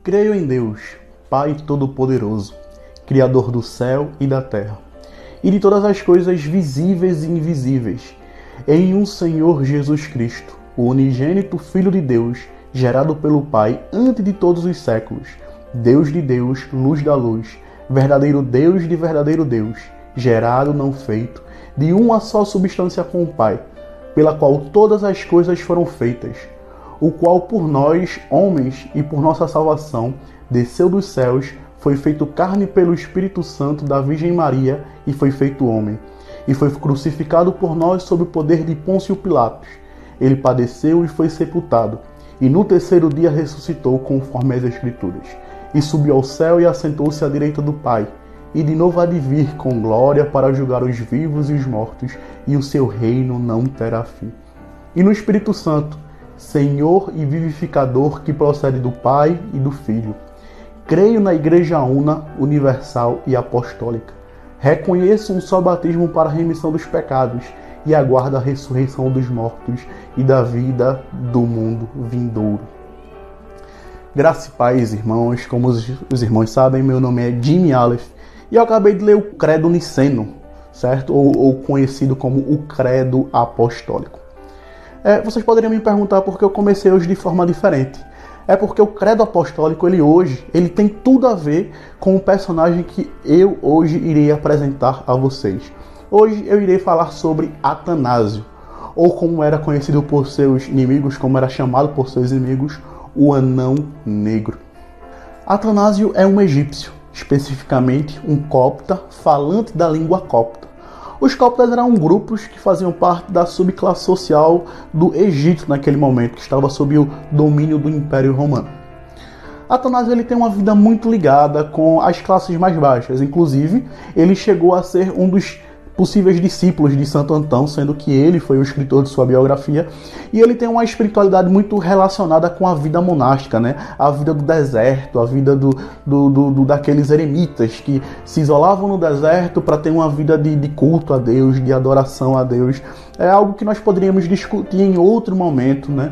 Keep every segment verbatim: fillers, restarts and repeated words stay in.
Creio em Deus, Pai Todo-Poderoso, Criador do céu e da terra, e de todas as coisas visíveis e invisíveis, em um Senhor Jesus Cristo, o unigênito Filho de Deus, gerado pelo Pai antes de todos os séculos, Deus de Deus, luz da luz, verdadeiro Deus de verdadeiro Deus, gerado, não feito, de uma só substância com o Pai, pela qual todas as coisas foram feitas, o qual por nós, homens, e por nossa salvação, desceu dos céus, foi feito carne pelo Espírito Santo da Virgem Maria e foi feito homem, e foi crucificado por nós sob o poder de Pôncio Pilatos. Ele padeceu e foi sepultado, e no terceiro dia ressuscitou conforme as Escrituras, e subiu ao céu e assentou-se à direita do Pai, e de novo há de vir com glória para julgar os vivos e os mortos, e o seu reino não terá fim. E no Espírito Santo, Senhor e vivificador, que procede do Pai e do Filho. Creio na Igreja Una, Universal e Apostólica. Reconheço um só batismo para a remissão dos pecados e aguardo a ressurreição dos mortos e da vida do mundo vindouro. Graça e paz, irmãos. Como os, os irmãos sabem, meu nome é Jimmy Aleph e eu acabei de ler o Credo Niceno, certo? Ou, ou conhecido como o Credo Apostólico. É, vocês poderiam me perguntar por que eu comecei hoje de forma diferente. É porque o Credo Apostólico, ele hoje, ele tem tudo a ver com o personagem que eu hoje irei apresentar a vocês. Hoje eu irei falar sobre Atanásio, ou como era conhecido por seus inimigos, como era chamado por seus inimigos, o Anão Negro. Atanásio é um egípcio, especificamente um copta falante da língua copta. Os coptas eram grupos que faziam parte da subclasse social do Egito naquele momento, que estava sob o domínio do Império Romano. Atanásio ele tem uma vida muito ligada com as classes mais baixas, inclusive ele chegou a ser um dos possíveis discípulos de Santo Antão, sendo que ele foi o escritor de sua biografia, e ele tem uma espiritualidade muito relacionada com a vida monástica, né? A vida do deserto, a vida do, do, do, do daqueles eremitas que se isolavam no deserto para ter uma vida de, de culto a Deus, de adoração a Deus. É algo que nós poderíamos discutir em outro momento, né?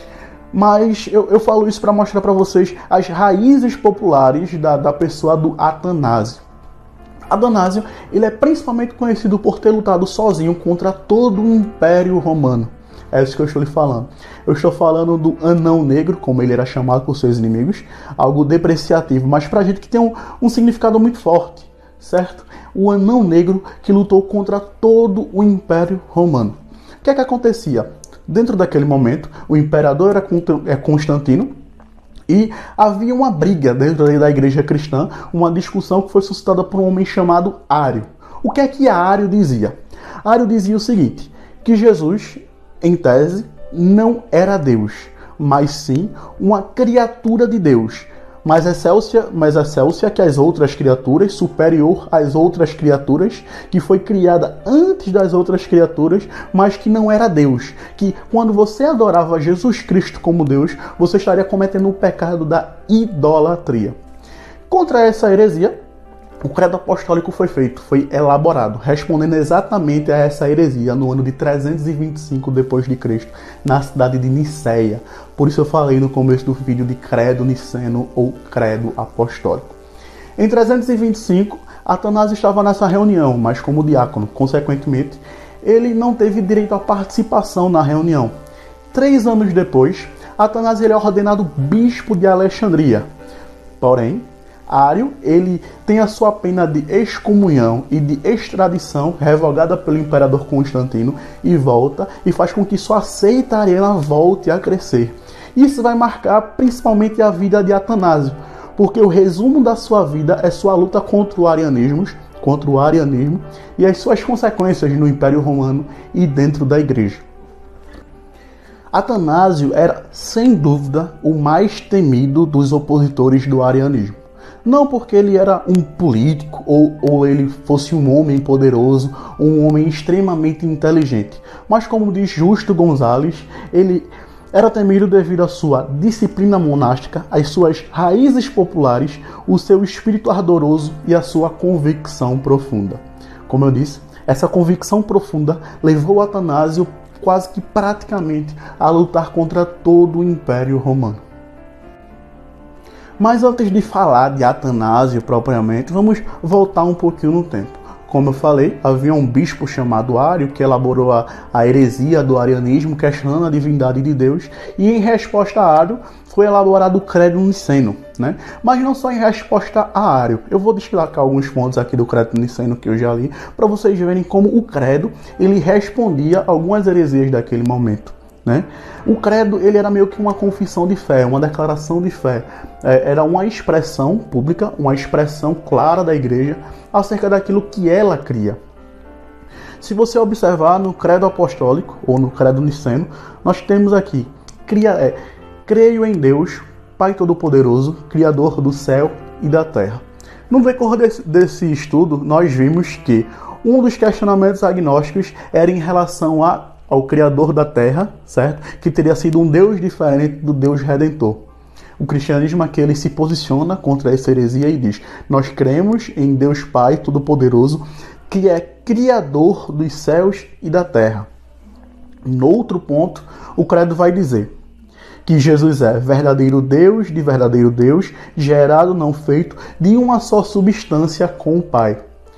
Mas eu, eu falo isso para mostrar para vocês as raízes populares da, da pessoa do Atanásio. Atanásio, ele é principalmente conhecido por ter lutado sozinho contra todo o Império Romano. É isso que eu estou lhe falando. Eu estou falando do Anão Negro, como ele era chamado por seus inimigos, algo depreciativo, mas pra gente que tem um, um significado muito forte, certo? O Anão Negro que lutou contra todo o Império Romano. O que é que acontecia? Dentro daquele momento, o imperador era Constantino, e havia uma briga dentro da igreja cristã, uma discussão que foi suscitada por um homem chamado Ário. O que é que Ário dizia? Ário dizia o seguinte, que Jesus, em tese, não era Deus, mas sim uma criatura de Deus, mais excelsa, mais excelsa que as outras criaturas, superior às outras criaturas, que foi criada antes das outras criaturas, mas que não era Deus. Que quando você adorava Jesus Cristo como Deus, você estaria cometendo o pecado da idolatria. Contra essa heresia, o credo apostólico foi feito, foi elaborado, respondendo exatamente a essa heresia no ano de trezentos e vinte e cinco depois de Cristo, na cidade de Niceia. Por isso eu falei no começo do vídeo de credo niceno ou credo apostólico. Em trezentos e vinte e cinco, Atanásio estava nessa reunião, mas como diácono, consequentemente, ele não teve direito à participação na reunião. Três anos depois, Atanásio ele é ordenado bispo de Alexandria. Porém, Ário, ele tem a sua pena de excomunhão e de extradição revogada pelo imperador Constantino e volta e faz com que sua seita ariana volte a crescer. Isso vai marcar principalmente a vida de Atanásio, porque o resumo da sua vida é sua luta contra o arianismo, contra o arianismo e as suas consequências no Império Romano e dentro da igreja. Atanásio era, sem dúvida, o mais temido dos opositores do arianismo. Não porque ele era um político ou, ou ele fosse um homem poderoso, um homem extremamente inteligente. Mas como diz Justo Gonzalez, ele era temido devido à sua disciplina monástica, às suas raízes populares, o seu espírito ardoroso e a sua convicção profunda. Como eu disse, essa convicção profunda levou Atanásio quase que praticamente a lutar contra todo o Império Romano. Mas antes de falar de Atanásio propriamente, vamos voltar um pouquinho no tempo. Como eu falei, havia um bispo chamado Ário que elaborou a, a heresia do arianismo, questionando a divindade de Deus, e em resposta a Ário foi elaborado o Credo Niceno, né? Mas não só em resposta a Ário. Eu vou destacar alguns pontos aqui do Credo Niceno que eu já li, para vocês verem como o Credo ele respondia a algumas heresias daquele momento. Né? O credo ele era meio que uma confissão de fé, uma declaração de fé. É, era uma expressão pública, uma expressão clara da igreja acerca daquilo que ela cria. Se você observar no credo apostólico ou no credo niceno, nós temos aqui: cria, é, creio em Deus, Pai Todo-Poderoso, Criador do céu e da terra. No decorrer desse, desse estudo, nós vimos que um dos questionamentos agnósticos era em relação a ao Criador da Terra, certo? Que teria sido um Deus diferente do Deus Redentor. O cristianismo aqui ele se posiciona contra essa heresia e diz: nós cremos em Deus Pai Todo-Poderoso, que é Criador dos céus e da terra. No outro ponto, o credo vai dizer que Jesus é verdadeiro Deus de verdadeiro Deus, gerado, não feito, de uma só substância com o Pai.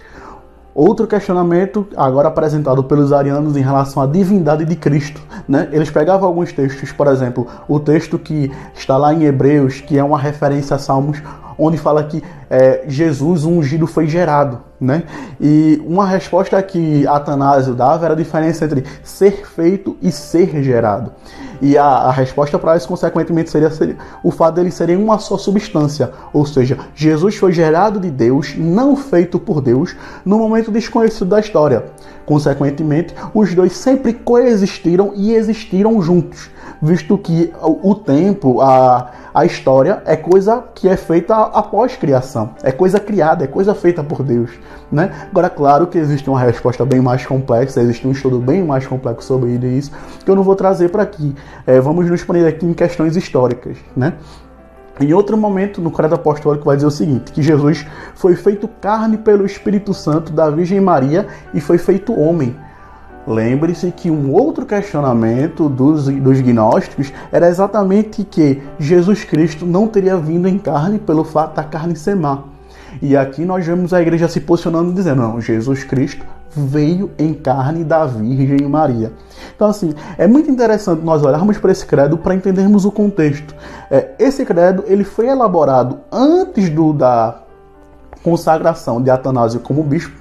Outro questionamento, agora apresentado pelos arianos em relação à divindade de Cristo, né? Eles pegavam alguns textos, por exemplo, o texto que está lá em Hebreus, que é uma referência a Salmos, onde fala que é, Jesus, o ungido, foi gerado, né? E uma resposta que Atanásio dava era a diferença entre ser feito e ser gerado. E a, a resposta para isso, consequentemente, seria, seria o fato deles serem uma só substância. Ou seja, Jesus foi gerado de Deus, não feito por Deus, no momento desconhecido da história. Consequentemente, os dois sempre coexistiram e existiram juntos, visto que o, o tempo, a, a história, é coisa que é feita após criação. É coisa criada, é coisa feita por Deus, né? Agora, claro que existe uma resposta bem mais complexa, existe um estudo bem mais complexo sobre isso, que eu não vou trazer para aqui. É, vamos nos prender aqui em questões históricas, né? Em outro momento, no credo apostólico, vai dizer o seguinte, que Jesus foi feito carne pelo Espírito Santo da Virgem Maria e foi feito homem. Lembre-se que um outro questionamento dos, dos gnósticos era exatamente que Jesus Cristo não teria vindo em carne pelo fato da carne ser má. E aqui nós vemos a igreja se posicionando dizendo: não, Jesus Cristo veio em carne da Virgem Maria. Então, assim, é muito interessante nós olharmos para esse credo para entendermos o contexto. É, esse credo ele foi elaborado antes do, da consagração de Atanásio como bispo,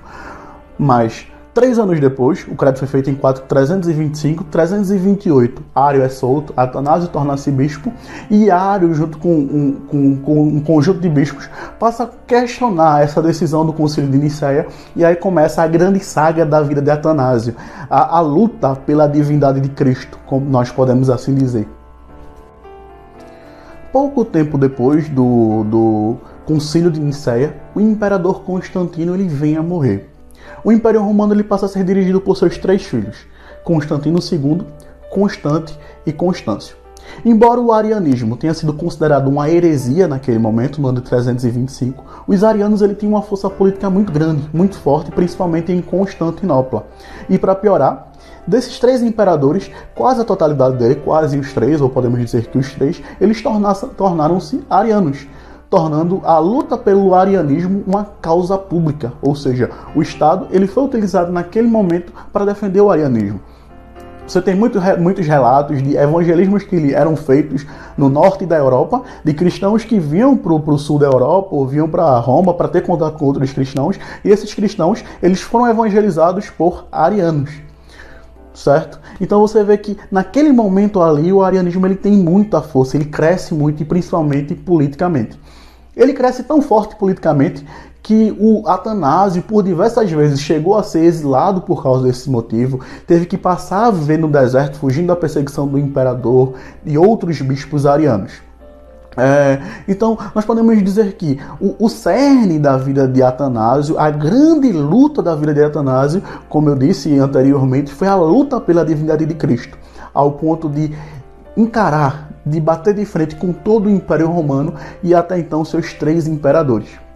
mas três anos depois, o credo foi feito em trezentos e vinte e cinco, trezentos e vinte e oito, Ário é solto, Atanásio torna-se bispo, e Ário, junto com um, com, com um conjunto de bispos, passa a questionar essa decisão do Concílio de Nicéia, e aí começa a grande saga da vida de Atanásio, a, a luta pela divindade de Cristo, como nós podemos assim dizer. Pouco tempo depois do, do Concílio de Nicéia, o imperador Constantino ele vem a morrer. O Império Romano ele passa a ser dirigido por seus três filhos, Constantino segundo, Constante e Constâncio. Embora o arianismo tenha sido considerado uma heresia naquele momento, no ano de trezentos e vinte e cinco, os arianos ele tinham uma força política muito grande, muito forte, principalmente em Constantinopla. E para piorar, desses três imperadores, quase a totalidade dele, quase os três, ou podemos dizer que os três, eles tornaram-se arianos, tornando a luta pelo arianismo uma causa pública, ou seja, o Estado ele foi utilizado naquele momento para defender o arianismo. Você tem muito, muitos relatos de evangelismos que eram feitos no norte da Europa, de cristãos que vinham para o sul da Europa, ou vinham para Roma para ter contato com outros cristãos, e esses cristãos eles foram evangelizados por arianos. Certo? Então você vê que naquele momento ali o arianismo ele tem muita força, ele cresce muito e principalmente politicamente. Ele cresce tão forte politicamente que o Atanásio, por diversas vezes, chegou a ser exilado por causa desse motivo, teve que passar a viver no deserto, fugindo da perseguição do imperador e outros bispos arianos. É, então, nós podemos dizer que o, o cerne da vida de Atanásio, a grande luta da vida de Atanásio, como eu disse anteriormente, foi a luta pela divindade de Cristo, ao ponto de encarar, de bater de frente com todo o Império Romano e até então seus três imperadores.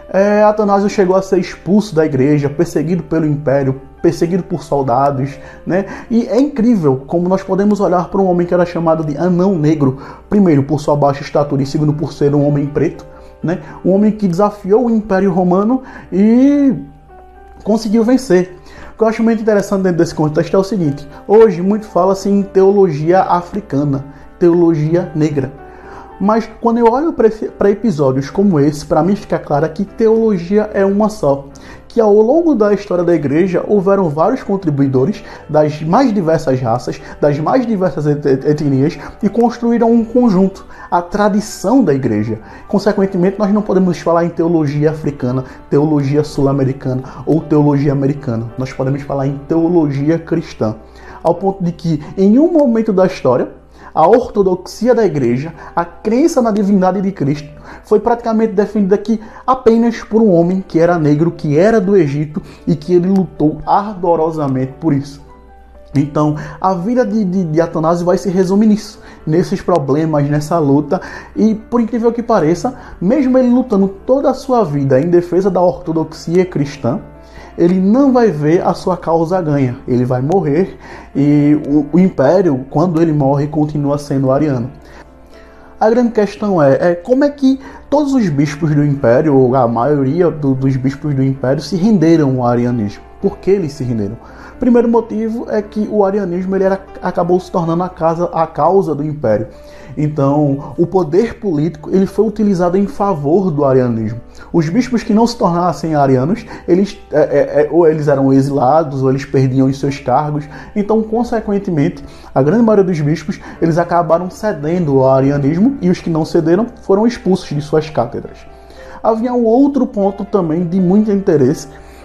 É, Atanásio chegou a ser expulso da igreja, perseguido pelo império, perseguido por soldados, né? E é incrível como nós podemos olhar para um homem que era chamado de anão negro, primeiro por sua baixa estatura e segundo por ser um homem preto, né? Um homem que desafiou o Império Romano e conseguiu vencer. O que eu acho muito interessante dentro desse contexto é o seguinte: hoje muito fala-se em teologia africana, teologia negra. Mas quando eu olho para episódios como esse, para mim fica claro que teologia é uma só. Que ao longo da história da igreja houveram vários contribuidores das mais diversas raças, das mais diversas etnias e construíram um conjunto, a tradição da igreja. Consequentemente, nós não podemos falar em teologia africana, teologia sul-americana ou teologia americana. Nós podemos falar em teologia cristã. Ao ponto de que, em um momento da história, a ortodoxia da igreja, a crença na divindade de Cristo, foi praticamente defendida aqui apenas por um homem que era negro, que era do Egito e que ele lutou ardorosamente por isso. Então, a vida de, de, de Atanásio vai se resumir nisso, nesses problemas, nessa luta. E, por incrível que pareça, mesmo ele lutando toda a sua vida em defesa da ortodoxia cristã, ele não vai ver a sua causa ganha. Ele vai morrer e o, o império, quando ele morre, continua sendo ariano. A grande questão é, é como é que todos os bispos do império, ou a maioria do, dos bispos do império, se renderam ao arianismo. Por que eles se renderam? O primeiro motivo é que o arianismo ele era, acabou se tornando a, casa, a causa do império. Então, o poder político ele foi utilizado em favor do arianismo. Os bispos que não se tornassem arianos, eles, é, é, ou eles eram exilados, ou eles perdiam os seus cargos. Então, consequentemente, a grande maioria dos bispos eles acabaram cedendo ao arianismo e os que não cederam foram expulsos de suas cátedras. Havia um outro ponto também de muito interesse,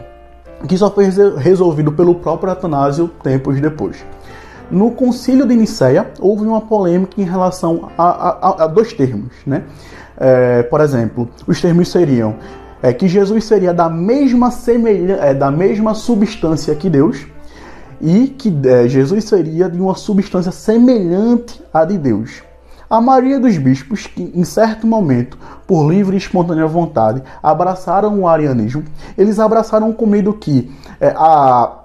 que só foi resolvido pelo próprio Atanásio tempos depois. No Concílio de Nicéia, houve uma polêmica em relação a, a, a dois termos, né? É, por exemplo, os termos seriam é, que Jesus seria da mesma, semelha, é, da mesma substância que Deus e que é, Jesus seria de uma substância semelhante à de Deus. A maioria dos bispos que, em certo momento, por livre e espontânea vontade, abraçaram o arianismo, eles abraçaram com medo que é, a,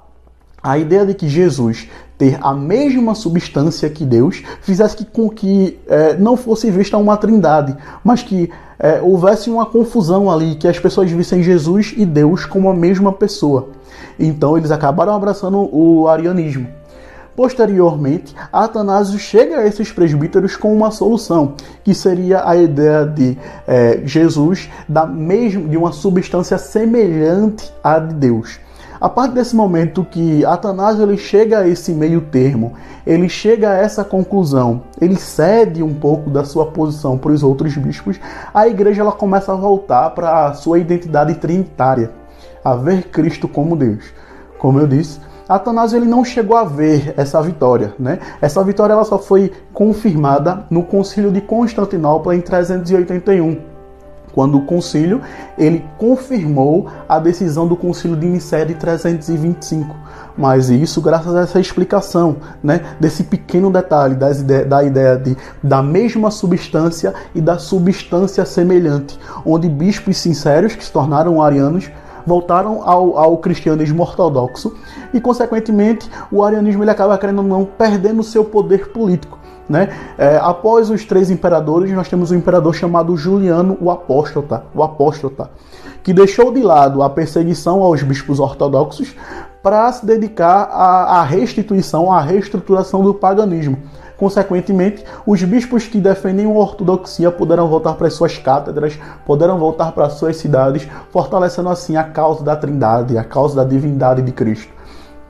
a ideia de que Jesus ter a mesma substância que Deus fizesse com que é, não fosse vista uma trindade, mas que é, houvesse uma confusão ali, que as pessoas vissem Jesus e Deus como a mesma pessoa. Então eles acabaram abraçando o arianismo. Posteriormente, Atanásio chega a esses presbíteros com uma solução, que seria a ideia de é, Jesus da mesma, de uma substância semelhante à de Deus. A partir desse momento que Atanásio ele chega a esse meio termo, ele chega a essa conclusão, ele cede um pouco da sua posição para os outros bispos, a igreja ela começa a voltar para a sua identidade trinitária, a ver Cristo como Deus. Como eu disse, Atanásio ele não chegou a ver essa vitória, né? Essa vitória ela só foi confirmada no Concílio de Constantinopla em trezentos e oitenta e um. Quando o concílio ele confirmou a decisão do concílio de Nicéia de trezentos e vinte e cinco. Mas isso graças a essa explicação, né, desse pequeno detalhe das ide- da ideia de, da mesma substância e da substância semelhante, onde bispos sinceros que se tornaram arianos voltaram ao, ao cristianismo ortodoxo e, consequentemente, o arianismo ele acaba, querendo ou não, perdendo seu poder político. Né? É, após os três imperadores, nós temos um imperador chamado Juliano o Apóstata, o Apóstata, que deixou de lado a perseguição aos bispos ortodoxos para se dedicar à, à restituição, à reestruturação do paganismo. Consequentemente, os bispos que defendem a ortodoxia puderam voltar para as suas cátedras, puderam voltar para as suas cidades, fortalecendo assim a causa da Trindade, a causa da divindade de Cristo.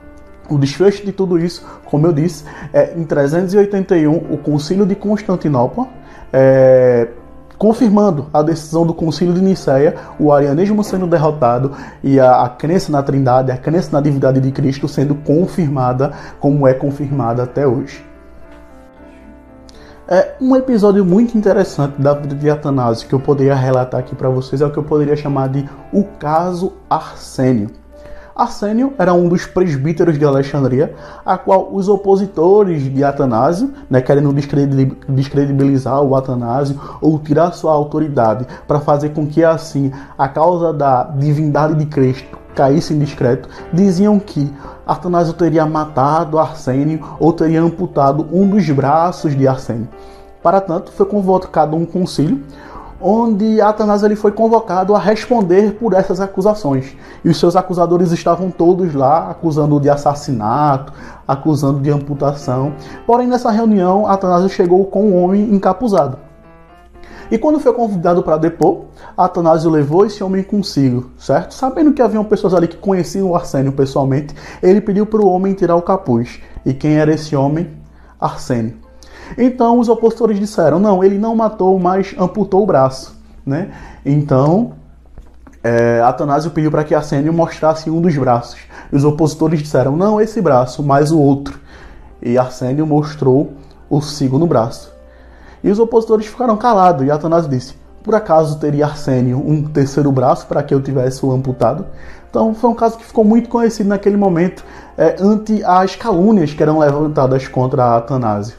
O desfecho de tudo isso, como eu disse, é em trezentos e oitenta e um, o Concílio de Constantinopla, é, confirmando a decisão do Concílio de Nicéia, o arianismo sendo derrotado e a, a crença na Trindade, a crença na divindade de Cristo sendo confirmada como é confirmada até hoje. É um episódio muito interessante da vida de Atanásio que eu poderia relatar aqui para vocês, é o que eu poderia chamar de o caso Arsênio. Arsênio era um dos presbíteros de Alexandria, a qual os opositores de Atanásio, né, querendo descredibilizar o Atanásio ou tirar sua autoridade para fazer com que assim a causa da divindade de Cristo caísse em descrédito, diziam que Atanásio teria matado Arsênio ou teria amputado um dos braços de Arsênio. Para tanto, foi convocado um concílio, onde Atanásio ele foi convocado a responder por essas acusações. E os seus acusadores estavam todos lá, acusando de assassinato, acusando de amputação. Porém, nessa reunião, Atanásio chegou com um homem encapuzado. E quando foi convidado para depor, Atanásio levou esse homem consigo, certo? Sabendo que haviam pessoas ali que conheciam o Arsênio pessoalmente, ele pediu para o homem tirar o capuz. E quem era esse homem? Arsênio. Então os opositores disseram, não, ele não matou, mas amputou o braço, né? Então é, Atanásio pediu para que Arsênio mostrasse um dos braços. E os opositores disseram, não esse braço, mas o outro. E Arsênio mostrou o segundo braço. E os opositores ficaram calados, e Atanásio disse, por acaso teria Arsênio um terceiro braço para que eu tivesse o amputado? Então foi um caso que ficou muito conhecido naquele momento, é, ante as calúnias que eram levantadas contra Atanásio.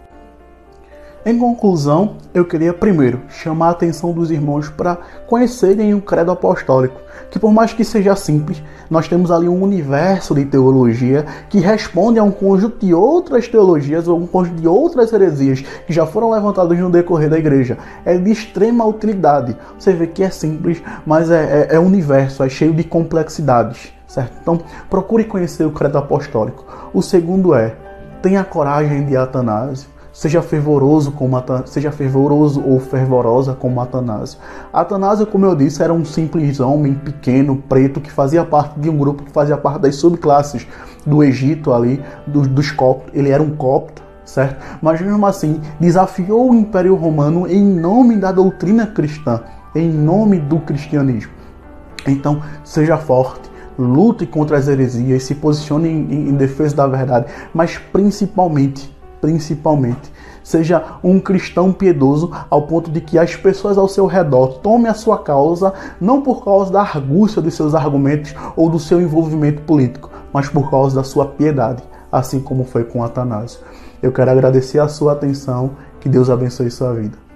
Em conclusão, eu queria primeiro chamar a atenção dos irmãos para conhecerem o credo apostólico, que por mais que seja simples, nós temos ali um universo de teologia que responde a um conjunto de outras teologias ou um conjunto de outras heresias que já foram levantadas no decorrer da igreja. É de extrema utilidade. Você vê que é simples, mas é, é, é universo, é cheio de complexidades, certo? Então, procure conhecer o credo apostólico. O segundo é, tenha coragem de Atanásio. Seja fervoroso, como Atanásio, seja fervoroso ou fervorosa como Atanásio. Atanásio, como eu disse, era um simples homem pequeno, preto, que fazia parte de um grupo que fazia parte das subclasses do Egito ali, dos, dos coptos. Ele era um copto, certo? Mas mesmo assim, desafiou o Império Romano em nome da doutrina cristã, em nome do cristianismo. Então, seja forte. Lute contra as heresias, se posicione em, em, em defesa da verdade, mas principalmente Principalmente, seja um cristão piedoso ao ponto de que as pessoas ao seu redor tomem a sua causa, não por causa da argúcia dos seus argumentos ou do seu envolvimento político, mas por causa da sua piedade, assim como foi com Atanásio. Eu quero agradecer a sua atenção, que Deus abençoe sua vida.